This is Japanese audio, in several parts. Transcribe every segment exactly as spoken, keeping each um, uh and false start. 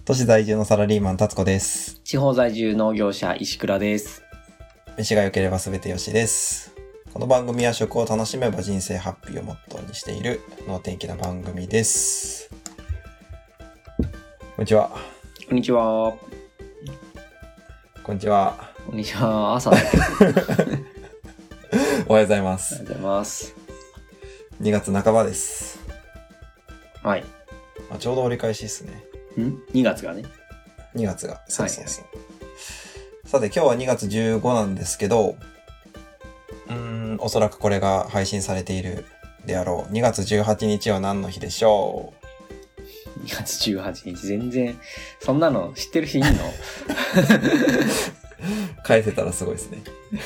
都市在住のサラリーマン達子です。 地方在住農業者石倉です。 飯が良ければ全てよしです。この番組は食を楽しめば人生ハッピーをモットーにしている能天気な番組です。こんにちは。 こんにちは。 こんにちは。 こんにちは。朝だけどおはようございます。 おはようございます。 にがつなかばです。 はい。 まあ、ちょうど折り返しですね。 ん ?に 月がね。 にがつが。そうそうそう。はいはい、さて今日はにがつじゅうごなんですけど、うーん、おそらくこれが配信されているであろう。にがつじゅうはちにちは何の日でしょう ?に 月じゅうはちにち、全然、そんなの知ってる人いんの返せたらすごいですね。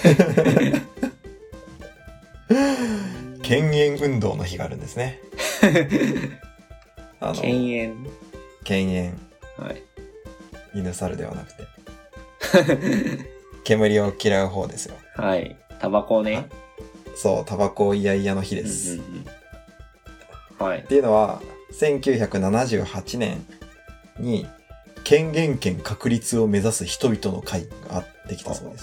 犬猿運動の日があるんですね。 あの犬猿犬猿。はい。 犬猿ではなくて。煙を嫌う方ですよ。 はい。タバコね。 そう、タバコ嫌々の日です、 うんうんうん。はい。 っていうのは、せんきゅうひゃくななじゅうはちねんに、権限権確立を目指す人々の会ができたそうです。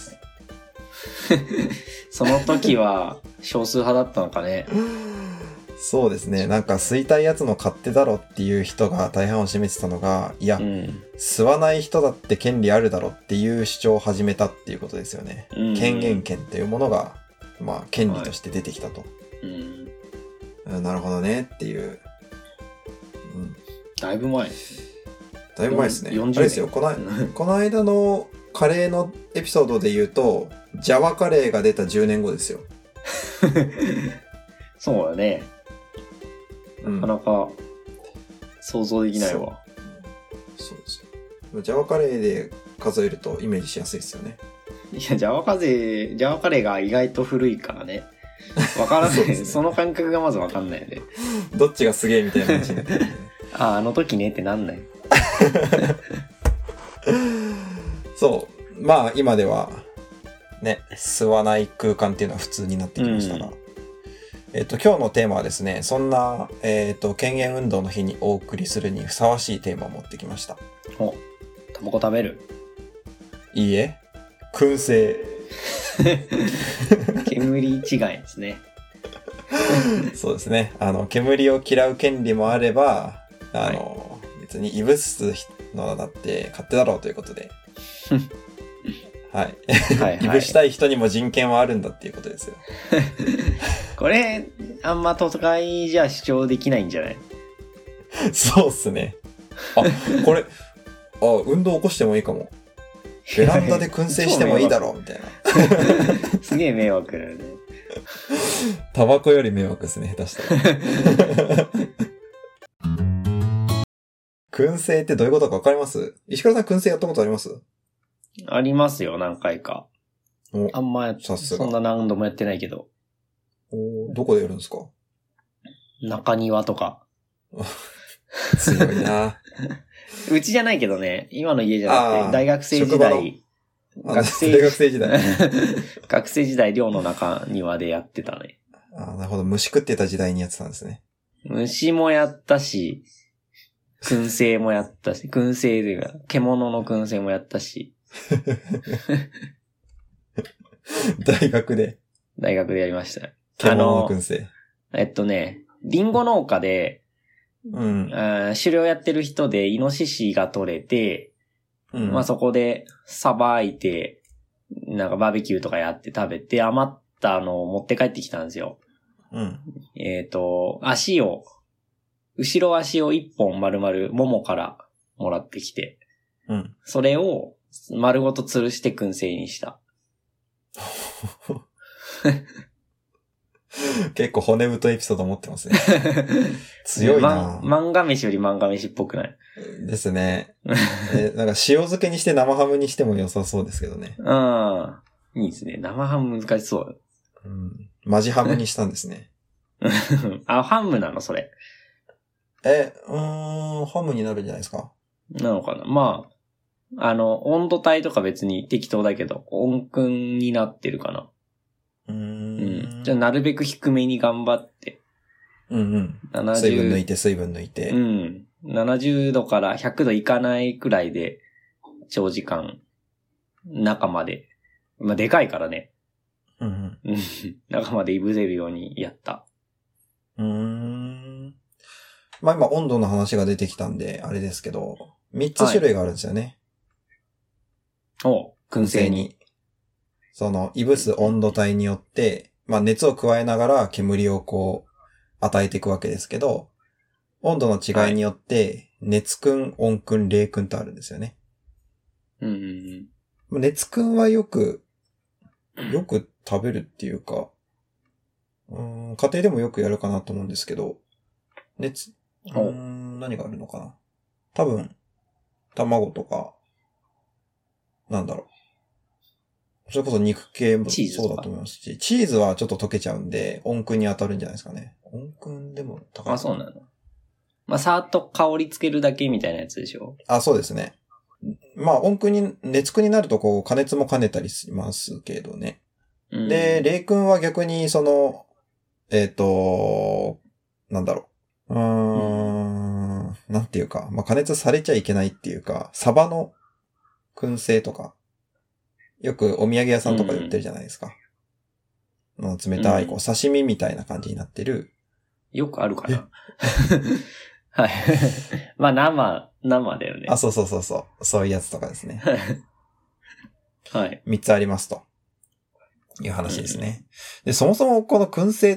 その時は少数派だったのかね。 そうですね。なんか吸いたいやつの勝手だろっていう人が大半を占めてたのが、いや、うん、吸わない人だって権利あるだろっていう主張を始めたっていうことですよね。うん、権限権というものが、まあ、権利として出てきたと。はい、うん、なるほどねっていう。 うん、だいぶ前。 だいぶ前ですね。あれですよ。この、この間のカレーのエピソードで言うと、ジャワカレーが出たじゅうねんごですよ。 そうだね。なかなか想像できないわ。 そう、そうですよ。ジャワカレーで数えるとイメージしやすいですよね。 いや、ジャワカレー、ジャワカレーが意外と古いからね。わからないそ、ね。その感覚がまずわかんないよね。 どっちがすげえみたいな話になってる、ね。 ああ、あの時ねってなんない。 そう。まあ今ではね、吸わない空間っていうのは普通になってきましたが。うん、えっと、今日のテーマはですね、そんな、えっと、権限運動の日にお送りするにふさわしいテーマを持ってきました。 お、タバコ食べる？ いいえ、燻製。 煙違いですね。 そうですね。あの、煙を嫌う権利もあれば、あの、はい、別にいぶすのだって勝手だろうということで。はい。はいはい、いぶしたい人にも人権はあるんだっていうことですよ。 これ、あんま都会じゃ主張できないんじゃない？ そうっすね。あ、これ、あ、運動起こしてもいいかも。ベランダで燻製してもいいだろうみたいな。 すげえ迷惑だよね。 タバコより迷惑ですね、下手したら。燻製ってどういうことかわかります？石倉さん燻製やったことあります？ ありますよ、何回か。あんまや、そんな何度もやってないけど。 お、どこでやるんですか？ 中庭とか。 強いな。 うちじゃないけどね、今の家じゃなくて、大学生時代。 学生大学生時代。 学生時代、寮の中庭でやってたね。 ああ、なるほど。虫食ってた時代にやってたんですね。 虫もやったし、燻製もやったし、燻製というか、獣の燻製もやったし。 大学で大学でやりました。 獣の燻製。 えっとね、リンゴ農家で、 うん、 あ狩猟やってる人でイノシシが取れて、うん、まあそこでさばいて、なんかバーベキューとかやって食べて余ったのを持って帰ってきたんですよ。 うん、 えっと、足を、後ろ足を一本丸々ももからもらってきて、 うん、 それを丸ごと吊るして燻製にした。 結構骨太エピソード持ってますね。強いな、 ま、漫画飯より漫画飯っぽくない？ ですね。え、なんか塩漬けにして生ハムにしても良さそうですけどね。 うん。いいですね。生ハム難しそう。 うん。マジハムにしたんですね。 あ、ハムなのそれ。 え、うーん、ハムになるんじゃないですか？ なのかな。まあ、あの、温度帯とか別に適当だけど、温燻になってるかな。 うーん。 うん。じゃあなるべく低めに頑張って。 うんうん。水分抜いて水分抜いて。 うん。 ななじゅうどからひゃくどいかないくらいで、長時間、中まで、まあ、でかいからね。 うんうん。中までいぶせるようにやった。 うーん。まあ今温度の話が出てきたんで、あれですけど、みっつ種類があるんですよね。 はい、お燻製に。 その、いぶす温度帯によって、まあ熱を加えながら煙をこう、与えていくわけですけど、温度の違いによって、熱燻、温燻、冷燻とあるんですよね。 うん。 熱燻はよく、よく食べるっていうか、うーん、家庭でもよくやるかなと思うんですけど、熱、うーん、何があるのかな。多分、卵とか、なんだろう。それこそ肉系もそうだと思いますし、チーズはちょっと溶けちゃうんで、温燻に当たるんじゃないですかね。温燻でも高い。 あ、そうなの。まあ、さーっと香りつけるだけみたいなやつでしょ？ あ、そうですね。まあ、温燻に、熱燻になるとこう、加熱も兼ねたりしますけどね。うん、で、冷燻は逆に、その、えっ、ー、と、なんだろう。うーん、うん、なんていうか、まあ、加熱されちゃいけないっていうか、サバの燻製とか、よくお土産屋さんとかで売ってるじゃないですか。うん、の冷たい、こう、刺身みたいな感じになってる。 よくあるかなはい。まあ、生、生だよね。 あ、そうそうそうそう。そういうやつとかですね。 はい。 三つありますと。いう話ですね。うん、で、そもそもこの燻製って、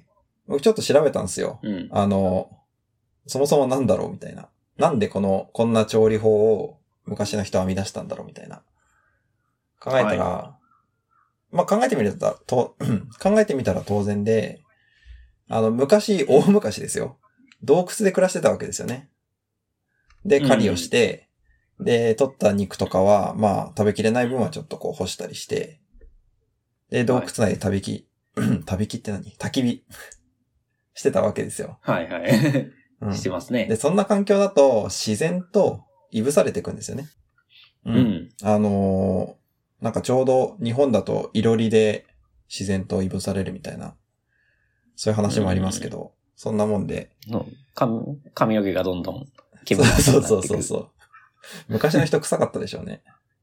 僕ちょっと調べたんですよ。うん、あの、そもそもなんだろうみたいな。なんでこの、こんな調理法を昔の人は編み出したんだろうみたいな。考えたら、はい、まあ、考えてみると、と考えてみたら当然で、あの、昔、大昔ですよ。洞窟で暮らしてたわけですよね。で、狩りをして、うん、で、取った肉とかは、まあ、食べきれない分はちょっとこう干したりして、で、洞窟内で旅き、はい、旅きって何？焚き火してたわけですよ。 はいはい。うん、してますね。 で、そんな環境だと自然といぶされていくんですよね。うん。うん、あのー、なんかちょうど日本だといろりで自然といぶされるみたいな、そういう話もありますけど、うん、そんなもんで。 髪、髪の毛がどんどん煙がそうそうそうそう。昔の人臭かったでしょうね。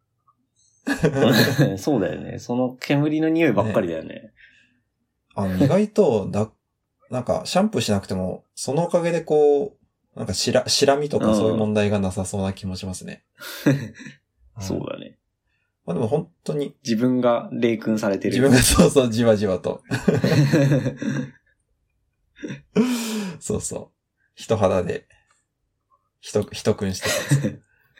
そうだよね。その煙の匂いばっかりだよね。ね、 あの、意外とだ、なんか、シャンプーしなくても、そのおかげでこう、なんかしら、しらみとかそういう問題がなさそうな気もしますね。 うん、そうだね。 まあでも本当に。 自分が冷燻されてる。 自分がそうそう、じわじわと。そうそう。人肌で、人、人燻してたんですよ。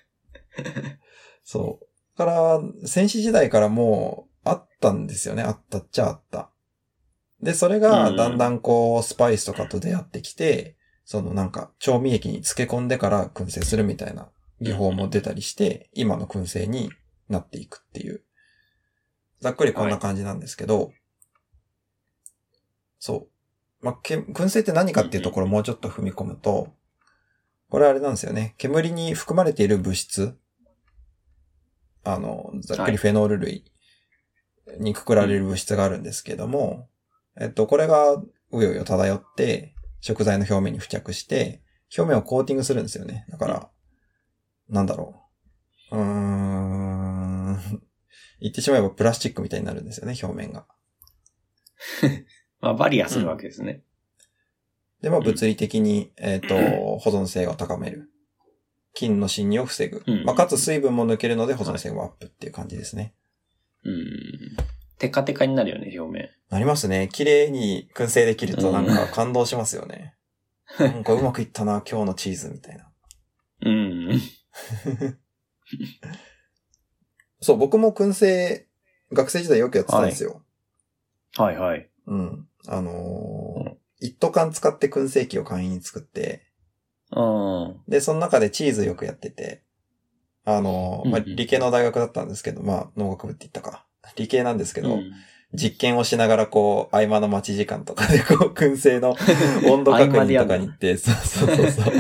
そう。だから、戦士時代からもう、あったんですよね。あったっちゃあった。で、それが、だんだんこう、スパイスとかと出会ってきて、そのなんか、調味液に漬け込んでから燻製するみたいな技法も出たりして、今の燻製になっていくっていう。ざっくりこんな感じなんですけど、はい、そう。まあ、け、燻製って何かっていうところをもうちょっと踏み込むと、これあれなんですよね。煙に含まれている物質、あの、ざっくりフェノール類にくくられる物質があるんですけども、えっと、これがうようよ漂って、食材の表面に付着して、表面をコーティングするんですよね。だから、なんだろう。うーん。言ってしまえばプラスチックみたいになるんですよね、表面が。 まあ、バリアするわけですね。 うん、で、まあ、物理的に、えっと、保存性を高める。菌の侵入を防ぐ。まあ、かつ水分も抜けるので保存性もアップっていう感じですね。 うん。テカテカになるよね、表面。 なりますね。綺麗に燻製できるとなんか感動しますよね。うん、なんかうまくいったな、今日のチーズみたいな。 うん。 そう、僕も燻製、学生時代よくやってたんですよ。 はい、はい、はい。 うん。あのーうん、一斗缶使って燻製機を簡易に作って、 うん。 で、その中でチーズよくやってて、あのー、まあ、理系の大学だったんですけど、まあ、農学部って言ったか。理系なんですけど、うん、実験をしながらこう、合間の待ち時間とかでこう、燻製の温度確認とかに行って、そうそうそうそう。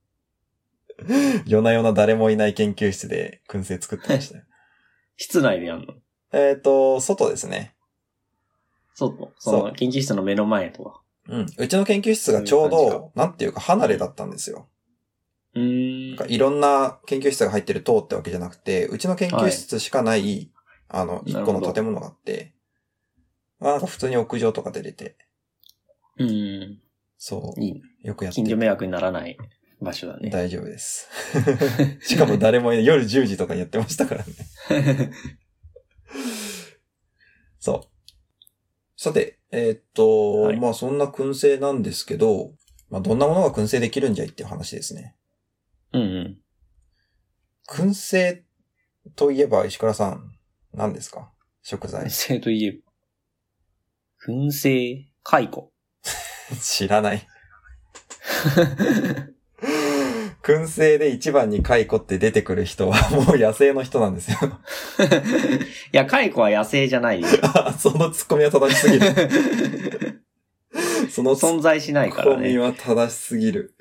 夜な夜な誰もいない研究室で燻製作ってましたよ。 室内でやんの？ えっと、外ですね。 外？その研究室の目の前とは。 うん。うちの研究室がちょうど、なんていうか離れだったんですよ。 うーん。 なんかいろんな研究室が入ってる塔ってわけじゃなくて、うちの研究室しかない、はい、あの、一個の建物があって、なんか普通に屋上とか出れて。 うん。 そう。 いい。 よくやって近所迷惑にならない場所だね。 大丈夫です。しかも誰も夜じゅうじとかにやってましたからね。そう。さて、えー、っと、はい、まあそんな燻製なんですけど、まあどんなものが燻製できるんじゃいっていう話ですね。 うんうん。 燻製といえば石倉さん、何ですか？食材。 燻製といえば。燻製、蚕。 知らない。燻製で一番に蚕って出てくる人はもう野生の人なんですよ。 いや、蚕は野生じゃないよ。 そのツッコミは正しすぎる。その存在しないからね。 ツッコミは正しすぎる。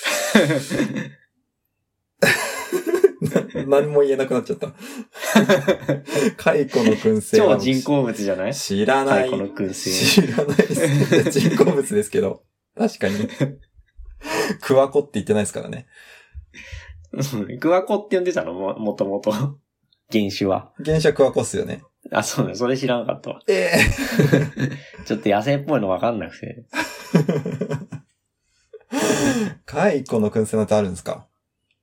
何も言えなくなっちゃった。蚕の燻製は超人工物じゃない？ 知らない。 蚕の燻製。 知らないです。人工物ですけど。確かに。クワコって言ってないですからね。 クワコって呼んでたのも、もともと。原種は。 原種はクワコっすよね。 あ、そうね。それ知らなかったわ。 ええー。ちょっと野生っぽいのわかんなくて。 蚕の燻製なんてあるんですか？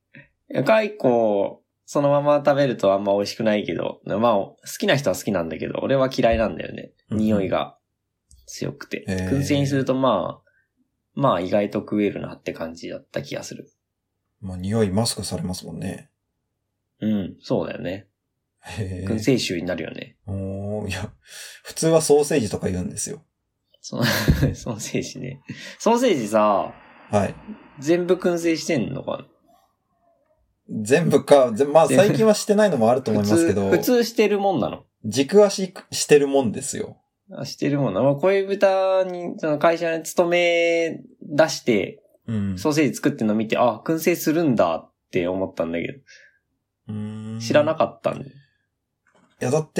蚕、そのまま食べるとあんま美味しくないけど、まあ、好きな人は好きなんだけど、俺は嫌いなんだよね。匂いが強くて。燻製にするとまあ、まあ意外と食えるなって感じだった気がする。 まあ匂いマスクされますもんね。 うん、そうだよね。燻製臭になるよね。 おー、いや、普通はソーセージとか言うんですよ。 そソーセージね。ソーセージさ、 はい。 全部燻製してんのかな？ 全部か、まあ最近はしてないのもあると思いますけど。 普通、普通してるもんなの？ 軸足してるもんですよ。 あ、してるもんなの。恋豚に、その会社に勤め出して、うん、ソーセージ作ってるの見て、あ、燻製するんだって思ったんだけど。 うーん、 知らなかったんで。 いや、だって、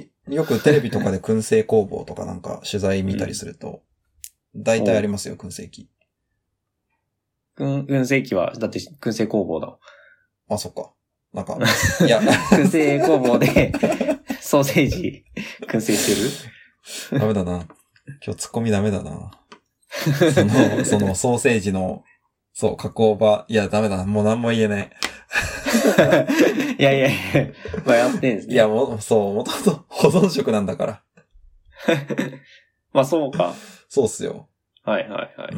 よくテレビとかで燻製工房とかなんか取材見たりすると、大体ありますよ、燻製機。 燻、燻製機は、だって燻製工房だ。 あ、そっか。なんか、いや。 燻製工房で、ソーセージ、燻製してる？ダメだな。今日ツッコミダメだな。その、そのソーセージの、そう、加工場、いや、ダメだな。もう何も言えない。 いやいやいや、まあやってんですね。 いや、もう、そう、もともと保存食なんだから。 まあそうか。 そうっすよ。 はいはいはい。 うん。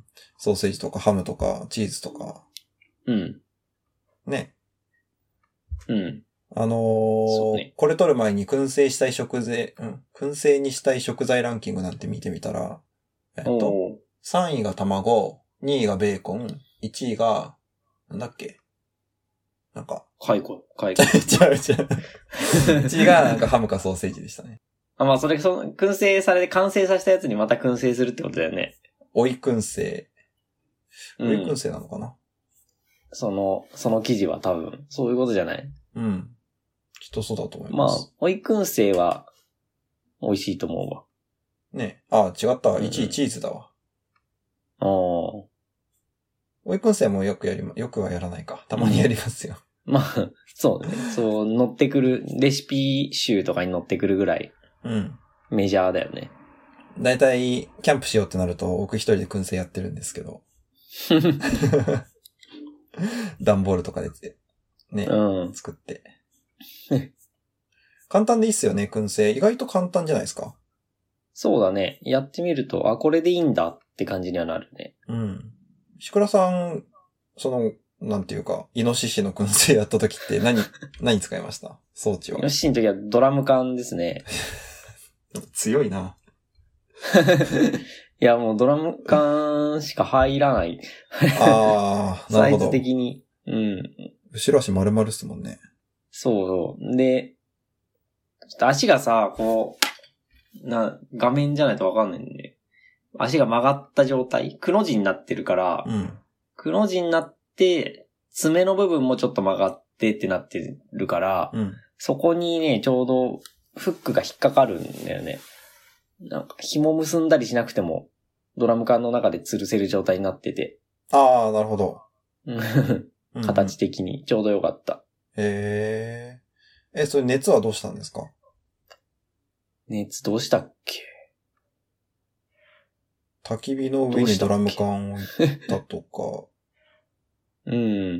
ソーセージとかハムとかチーズとか。 うん。 ね。 うん。 あのーね、これ撮る前に燻製したい食材、うん、燻製にしたい食材ランキングなんて見てみたら、えっと、さんいが卵、にいがベーコン、いちいが、なんだっけなんか。 蚕、蚕。 違う違う。いちいがなんかハムかソーセージでしたね。 あ、まあそれ、その、燻製されて完成させたやつにまた燻製するってことだよね。 追い燻製。追い燻製なのかな、うん、 その、その生地は多分、そういうことじゃない？ うん。きっとそうだと思います。 まあ、追い燻製は、美味しいと思うわ。 ねあ、違った。いちいチーズだわ。 ああ。追い燻製もよくやりま、よくはやらないか。たまにやりますよ。 うん、まあ、そうね。そう、乗ってくる、レシピ集とかに乗ってくるぐらい。 うん。 メジャーだよね。 だいたい、キャンプしようってなると、僕一人で燻製やってるんですけど。段ボールとかで、ね、うん、作って。簡単でいいっすよね、燻製。意外と簡単じゃないですか。 そうだね。やってみると、あ、これでいいんだって感じにはなるね。 うん。石倉さん、その、なんていうか、イノシシの燻製やった時って何、何使いました装置は。 イノシシの時はドラム缶ですね。 強いな。 いや、もうドラム缶しか入らない。 ああ、なるほど。 サイズ的に。うん。 後ろ足丸々っすもんね。 そう。で、ちょっと足がさ、こう、な、画面じゃないとわかんないんで、足が曲がった状態、くの字になってるから、 うん、 くの字になって、爪の部分もちょっと曲がってってなってるから、 うん、 そこにね、ちょうどフックが引っかかるんだよね。なんか紐結んだりしなくても、ドラム缶の中で吊るせる状態になってて。 ああ、なるほど。 形的にちょうどよかった。 うんうん、へえ。え、それ熱はどうしたんですか？ 熱どうしたっけ？ 焚き火の上にドラム缶を置いたとか。 うん。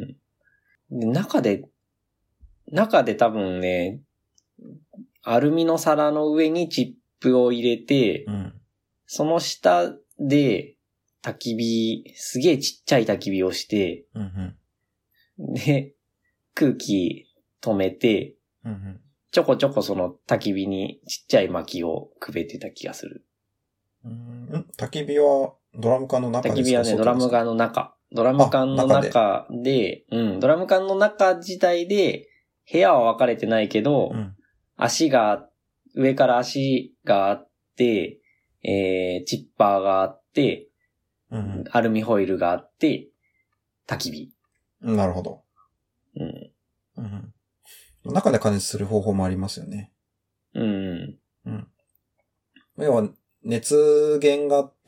で中で、中で多分ね、アルミの皿の上にチップを入れて、うん、その下で焚き火、すげえちっちゃい焚き火をして、うんうん、で、空気止めて、うんうん、ちょこちょこその焚き火にちっちゃい薪をくべてた気がする。 うん、焚き火はドラム缶の中ですか？ 焚き火はね、ドラム缶の中。ドラム缶の中 で, で、うん、ドラム缶の中自体で、部屋は分かれてないけど、うん、足が、上から足があって、えー、チッパーがあって、うん、アルミホイルがあって、焚き火。 なるほど。うんうん、中で加熱する方法もありますよね。うん。うん。要は、熱源があって、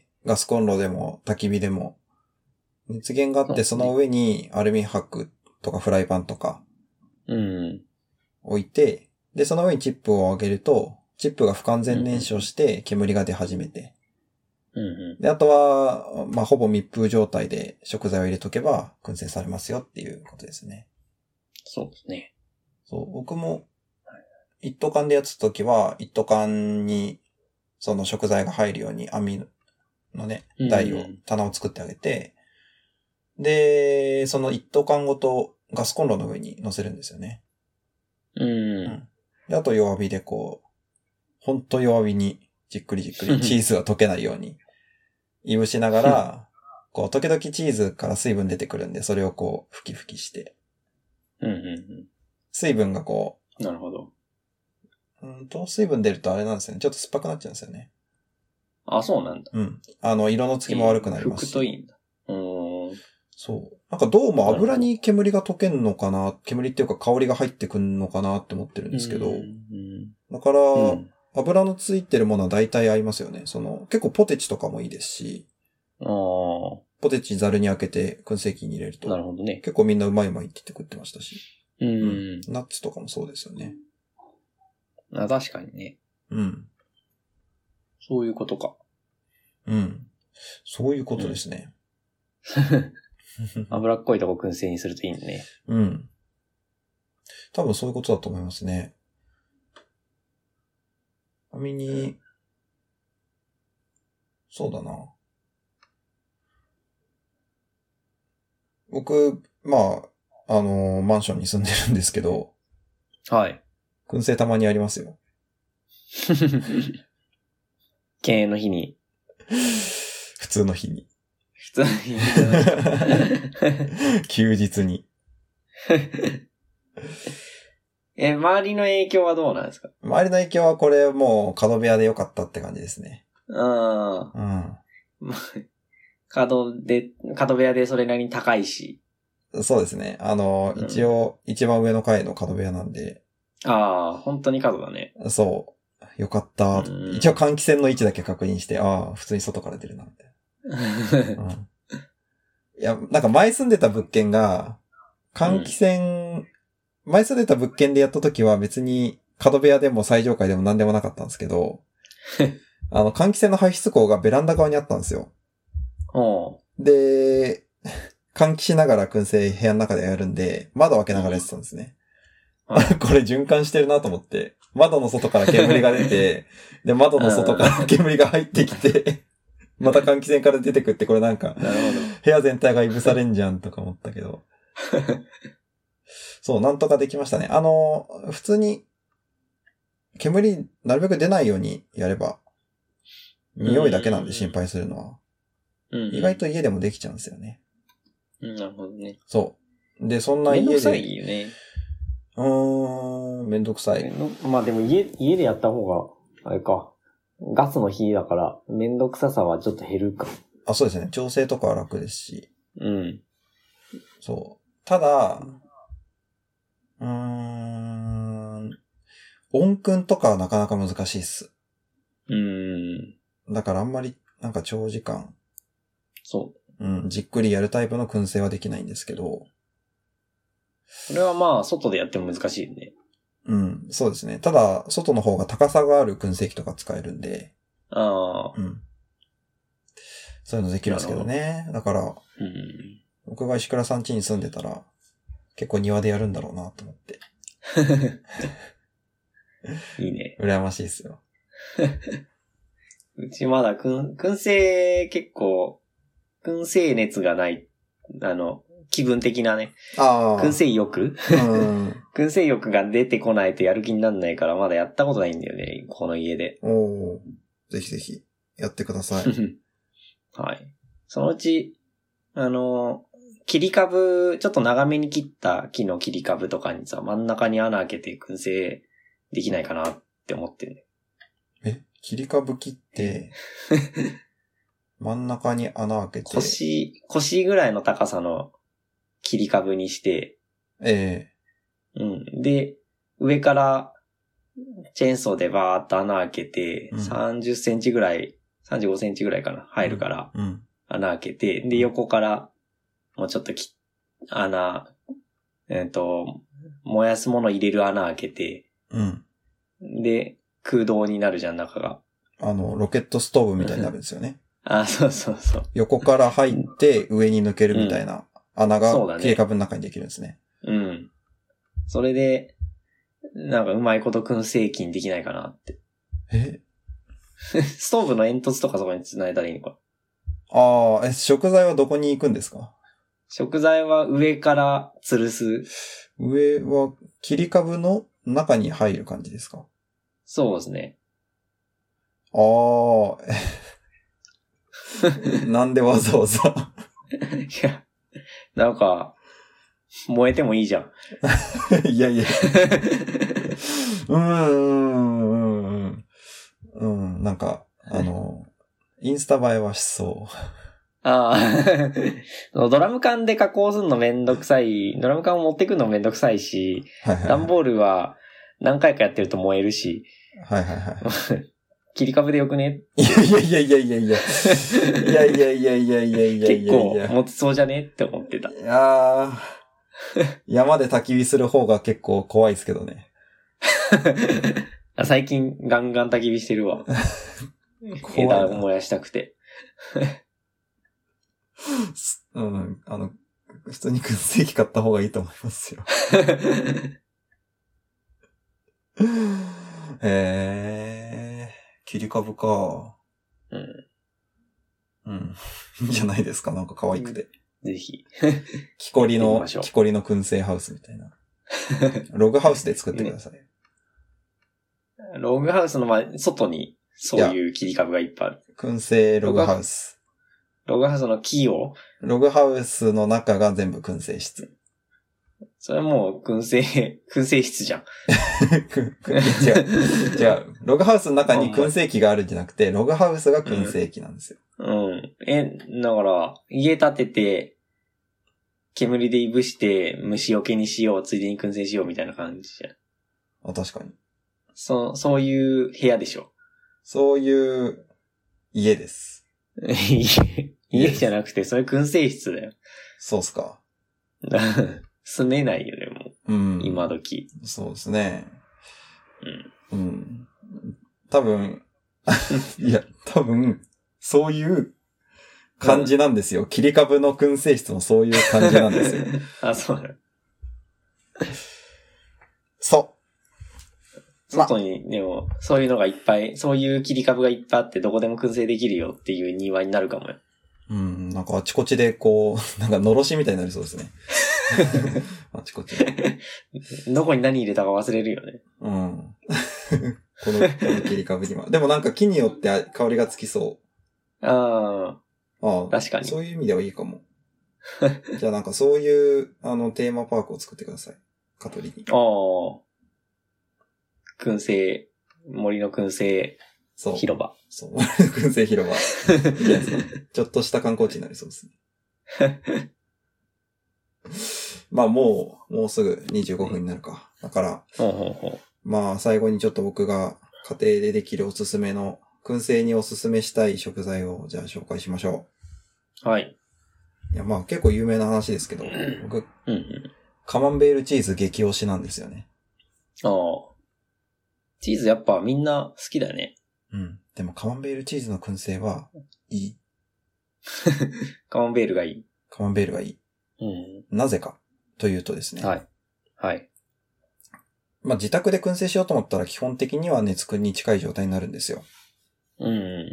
ガスコンロでも焚き火でも、熱源があって、その上にアルミ箔とかフライパンとか、置いて、で、その上にチップを上げると、チップが不完全燃焼して煙が出始めて、で、あとは、まあ、ほぼ密封状態で食材を入れとけば、燻製されますよっていうことですね。 そうですね。 そう、僕も、一斗缶でやってた時は、一斗缶に、その食材が入るように網のね、台を、棚を作ってあげて、で、その一斗缶ごとガスコンロの上に乗せるんですよね。うん。うん、で、あと弱火でこう、ほんと弱火にじっくりじっくりチーズが溶けないように、いぶしながら、こう、時々チーズから水分出てくるんで、それをこう、吹き吹きして。うんうんうん。水分がこう。なるほど。 うんと、水分出るとあれなんですよね。ちょっと酸っぱくなっちゃうんですよね。 あ、そうなんだ。 うん。あの、色のつきも悪くなりますし。 拭くといいんだ。うーん。 そう。なんかどうも油に煙が溶けんのかな、煙っていうか香りが入ってくんのかなって思ってるんですけど。だから、うん、油のついてるものは大体合いますよね。その、結構ポテチとかもいいですし。ああ。ポテチザルに開けて燻製機に入れると。 なるほどね。 結構みんなうまいうまいって言って食ってましたし。うん、うん。ナッツとかもそうですよね。 あ、確かにね。うん。そういうことか。 うん。そういうことですね。 うん、脂っこいとこ燻製にするといいんだね。 うん。多分そういうことだと思いますね。ちなみに、そうだな。僕、まあ、あのー、マンションに住んでるんですけど。はい。燻製たまにありますよ。 敬遠の日に。 普通の日に。 普通の日に。 休日に。 え、周りの影響はどうなんですか？ 周りの影響はこれもう角部屋でよかったって感じですね。ああ。 うん。角で、角部屋でそれなりに高いし。 そうですね。あの、うん、一応、一番上の階の角部屋なんで。 ああ、本当に角だね。 そう。よかった。一応換気扇の位置だけ確認して、ああ、普通に外から出るな、みたいな。うん、いや、なんか前住んでた物件が、換気扇、うん、前住んでた物件でやった時は別に角部屋でも最上階でも何でもなかったんですけど、あの、換気扇の排出口がベランダ側にあったんですよ。で、換気しながら燻製部屋の中でやるんで、窓を開けながらやってたんですね。うん、これ循環してるなと思って、窓の外から煙が出て、で、窓の外から煙が入ってきて、また換気扇から出てくって、これなんか、部屋全体がいぶされんじゃんとか思ったけど。そう、なんとかできましたね。あの、普通に、煙、なるべく出ないようにやれば、匂いだけなんで心配するのは。うんうん、意外と家でもできちゃうんですよね。 うん、なるほどね。 そう。で、そんな家で。 めんどくさいよね。 うーん、めんどくさい。 まあでも家、家でやった方が、あれか。ガスの火だから、めんどくささはちょっと減るか。 あ、そうですね。調整とかは楽ですし。うん。そう。ただ、うーん、音燻とかはなかなか難しいっす。うーん。だからあんまり、なんか長時間。そう。うん、じっくりやるタイプの燻製はできないんですけど。 これはまあ、外でやっても難しいよね。 うん、そうですね。ただ、外の方が高さがある燻製機とか使えるんで。 ああ。 うん。そういうのできるんですけどね。だから、うん、僕が石倉さん家に住んでたら、結構庭でやるんだろうなと思って。 いいね。 羨ましいですよ。 うちまだくん、燻製結構、燻製熱がない、あの、気分的なね。ああ。燻製欲燻製欲が出てこないとやる気にならないからまだやったことないんだよね、この家で。 おー。ぜひぜひ、やってください。 はい。そのうち、あの、切り株、ちょっと長めに切った木の切り株とかにさ、真ん中に穴開けて燻製できないかなって思ってるね。 え、切り株切って、真ん中に穴開けて。 腰、腰ぐらいの高さの切り株にして、 ええー、うん。で、上からチェーンソーでバーっと穴開けて、うん、さんじゅっセンチぐらい、さんじゅうごセンチぐらいかな、入るから、うんうん、穴開けて、で、横からもうちょっとき、穴、えっと、燃やすもの入れる穴開けて、うん、で、空洞になるじゃん、中が。 あの、ロケットストーブみたいになるんですよね。 あ、そうそうそう。 横から入って上に抜けるみたいな穴が切り株の中にできるんですね。 うん。うん、それで、なんかうまいこと燻製機にできないかなって。 えストーブの煙突とかそこに繋いだらいいのか。 ああ、え、食材はどこに行くんですか？ 食材は上から吊るす。 上は切り株の中に入る感じですか？ そうですね。 ああ、なんでわざわざいや、なんか、燃えてもいいじゃん。 いやいや。うーん、うん、うん、なんか、あの、インスタ映えはしそう。 ああ、ドラム缶で加工するのめんどくさい。ドラム缶を持ってくるのめんどくさいし、はいはいはい、段ボールは何回かやってると燃えるし。 はいはいはい。 切り株でよくね？ いやいやいやいやいやいや。いやいやいやいやいやいやいや。 結構持ちそうじゃねって思ってた。 いやー。山で焚き火する方が結構怖いですけどね。 最近ガンガン焚き火してるわ。枝を燃やしたくて。 うん、あの、普通に燻製機買った方がいいと思いますよ。えー、切り株か。うん。うん。いいんじゃないですか、なんか可愛くて。 ぜひ。 木こりの、木こりの燻製ハウスみたいな。ログハウスで作ってください。ね、 ログハウスの前、外にそういう切り株がいっぱいある。 燻製ログハウス。 ログハウスの木をログハウスの中が全部燻製室。 それはもう燻製、燻製室じゃん。 違う。違う。ログハウスの中に燻製機があるんじゃなくて、ログハウスが燻製機なんですよ。 うん。うん、え、だから、家建てて、煙でいぶして、虫除けにしよう、ついでに燻製しようみたいな感じじゃん。 あ、確かに。 そう、そういう部屋でしょ。 そういう家です。 家じゃなくて、それ燻製室だよ。 そうっすか。 住めないよね、もう。うん。今時。 そうですね。うん。うん。多分、いや、多分、そういう感じなんですよ。うん、切り株の燻製室もそういう感じなんですよ。 あ、そうだ。 そう。 外に、でも、そういうのがいっぱい、そういう切り株がいっぱいあって、どこでも燻製できるよっていう庭になるかもよ。 うん、なんかあちこちでこう、なんかのろしみたいになりそうですね。あちこちで。 どこに何入れたか忘れるよね。 うん。この、この切り株には。でもなんか木によって香りがつきそう。 ああ。 ああ。確かに。そういう意味ではいいかも。じゃあなんかそういう、あの、テーマパークを作ってください。香取に。 ああ。燻製、森の燻製広場。 そう。そう燻製広場。いいやつちょっとした観光地になりそうですね。まあもう、もうすぐにじゅうごふんになるか。だから、 ほうほうほうまあ最後にちょっと僕が家庭でできるおすすめの、燻製におすすめしたい食材をじゃあ紹介しましょう。はい。 いやまあ結構有名な話ですけど、僕、 うんうん、 カマンベールチーズ激推しなんですよね。 ああ。チーズやっぱみんな好きだね。 うん。でもカマンベールチーズの燻製はいい。 カマンベールがいい。 カマンベールがいい。 うん。 なぜかというとですね。 はい。はい。 まあ、自宅で燻製しようと思ったら基本的には熱燻に近い状態になるんですよ。 うん。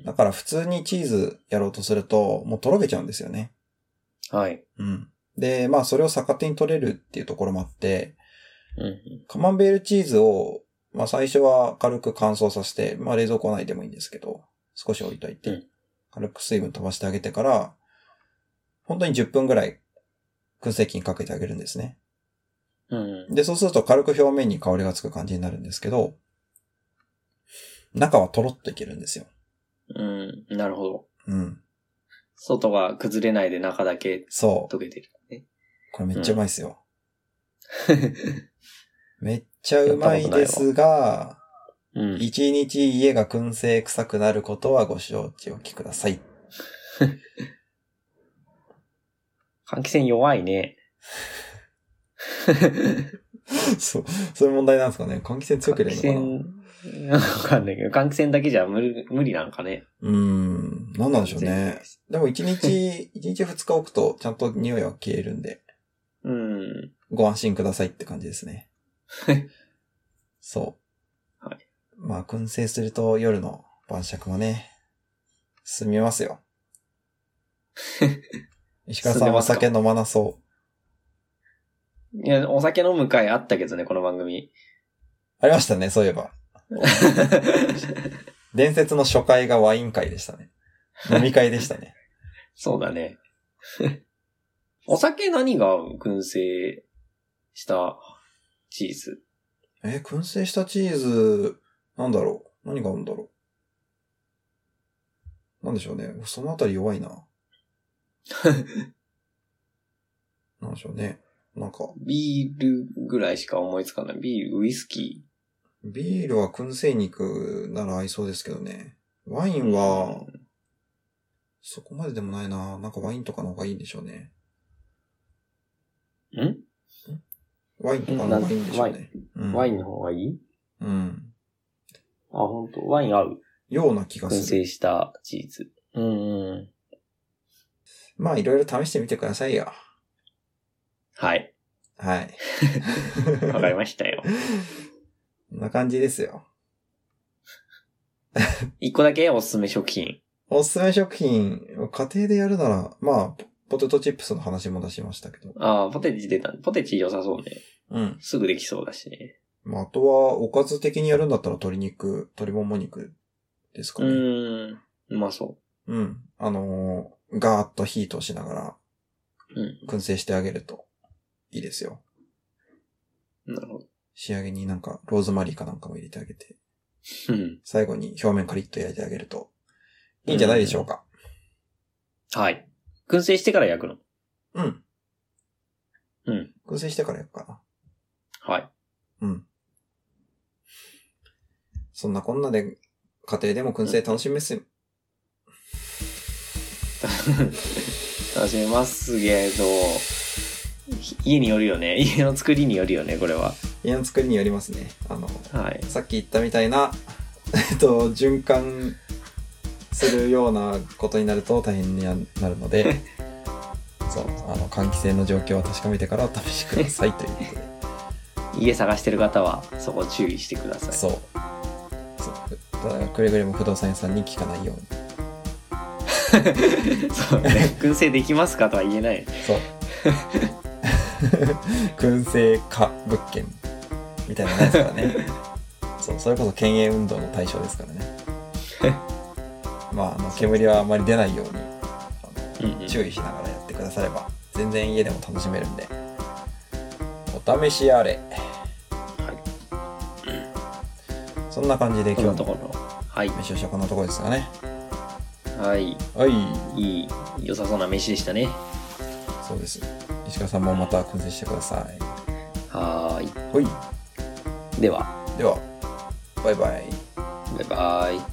だから普通にチーズやろうとするともうとろけちゃうんですよね。 はい。 うん。で、まあそれを逆手に取れるっていうところもあって、 うん。 カマンベールチーズを、まあ最初は軽く乾燥させて、まあ冷蔵庫内でもいいんですけど、少し置いといて、うん、軽く水分飛ばしてあげてから、本当にじゅっぷんぐらい燻製機にかけてあげるんですね。 うん。 で、そうすると軽く表面に香りがつく感じになるんですけど、中はトロッといけるんですよ。 うん、なるほど。 うん。 外が崩れないで中だけ溶けてる、ね。 そう。これめっちゃうまいですよ。うん、めっちゃうまいですが、うん、一日家が燻製臭くなることはご承知おきください。 換気扇弱いね。 そう、そういう問題なんですかね。換気扇強く入れるのかな。 換気扇、わかんないけど、換気扇だけじゃ無理、無理なんかね。 うーん、なんなんでしょうね。でも一日、一日二日置くとちゃんと匂いは消えるんで。 うん。 ご安心くださいって感じですね。そう。 はい。 まあ、燻製すると夜の晩酌もね、進みますよ。石川さんはお酒飲まなそう。 いや、お酒飲む会あったけどね、この番組。 ありましたね、そういえば。伝説の初回がワイン会でしたね。飲み会でしたね。 そうだね。お酒何が燻製したチーズ？ え、燻製したチーズ、なんだろう？何があるんだろう？なんでしょうね。そのあたり弱いな。なんでしょうね。なんか。 ビールぐらいしか思いつかない。ビール、ウイスキービールは燻製肉なら合いそうですけどね。ワインは、そこまででもないな。なんかワインとかの方がいいんでしょうね。 ん？ ワインとかの方がいいんでしょうね。 ワイン、うん、ワインの方がいい？ うん。 あ、ほんと。ワイン合う？ ような気がする。 燻製したチーズ。うんうん。 まあいろいろ試してみてくださいよ。 はい。 はい。 わかりましたよ。 こんな感じですよ。 一個だけおすすめ食品。 おすすめ食品、家庭でやるなら、まあ、ポテトチップスの話も出しましたけど。 ああ、ポテチ出た。ポテチ良さそうね。 うん。 すぐできそうだしね。 まあ、あとは、おかず的にやるんだったら鶏肉、鶏もも肉ですかね。 うーん。うまそう。うん。あのー、ガーッと火通しながら、 うん。 燻製してあげるといいですよ。 なるほど。 仕上げになんか、ローズマリーかなんかも入れてあげて。 うん。 最後に表面カリッと焼いてあげると、いいんじゃないでしょうか。 うん、はい。燻製してから焼くの？ うん。 うん。 燻製してから焼くかな。 はい。 うん。そんなこんなで、家庭でも燻製楽しみますよ。 楽しめますけど、家によるよね。家の作りによるよね、これは。 家の作りによりますね。あの、 はい、 さっき言ったみたいな、えっと、循環するようなことになると大変になるので、そう、あの、換気扇の状況を確かめてからお試しくださいということで。 家探してる方は、そこ注意してください。 そう。そう。ただ、くれぐれも不動産屋さんに聞かないように。 そうね。燻製できますかとは言えない。 そう。燻製可物件みたいなのないですからね。そう、それこそ県営運動の対象ですからね。まあ、あの煙はあまり出ないようにあの、うんうん、注意しながらやってくだされば全然家でも楽しめるんでお試しあれ。はい、うん、そんな感じで今日の飯をしたこんなところですかね。 はい。 はい。 いい、良さそうな飯でしたね。 そうです。石川さんもまた燻製してください。 はーい。 はい。 では。 では、バイバイ。 バイバイ。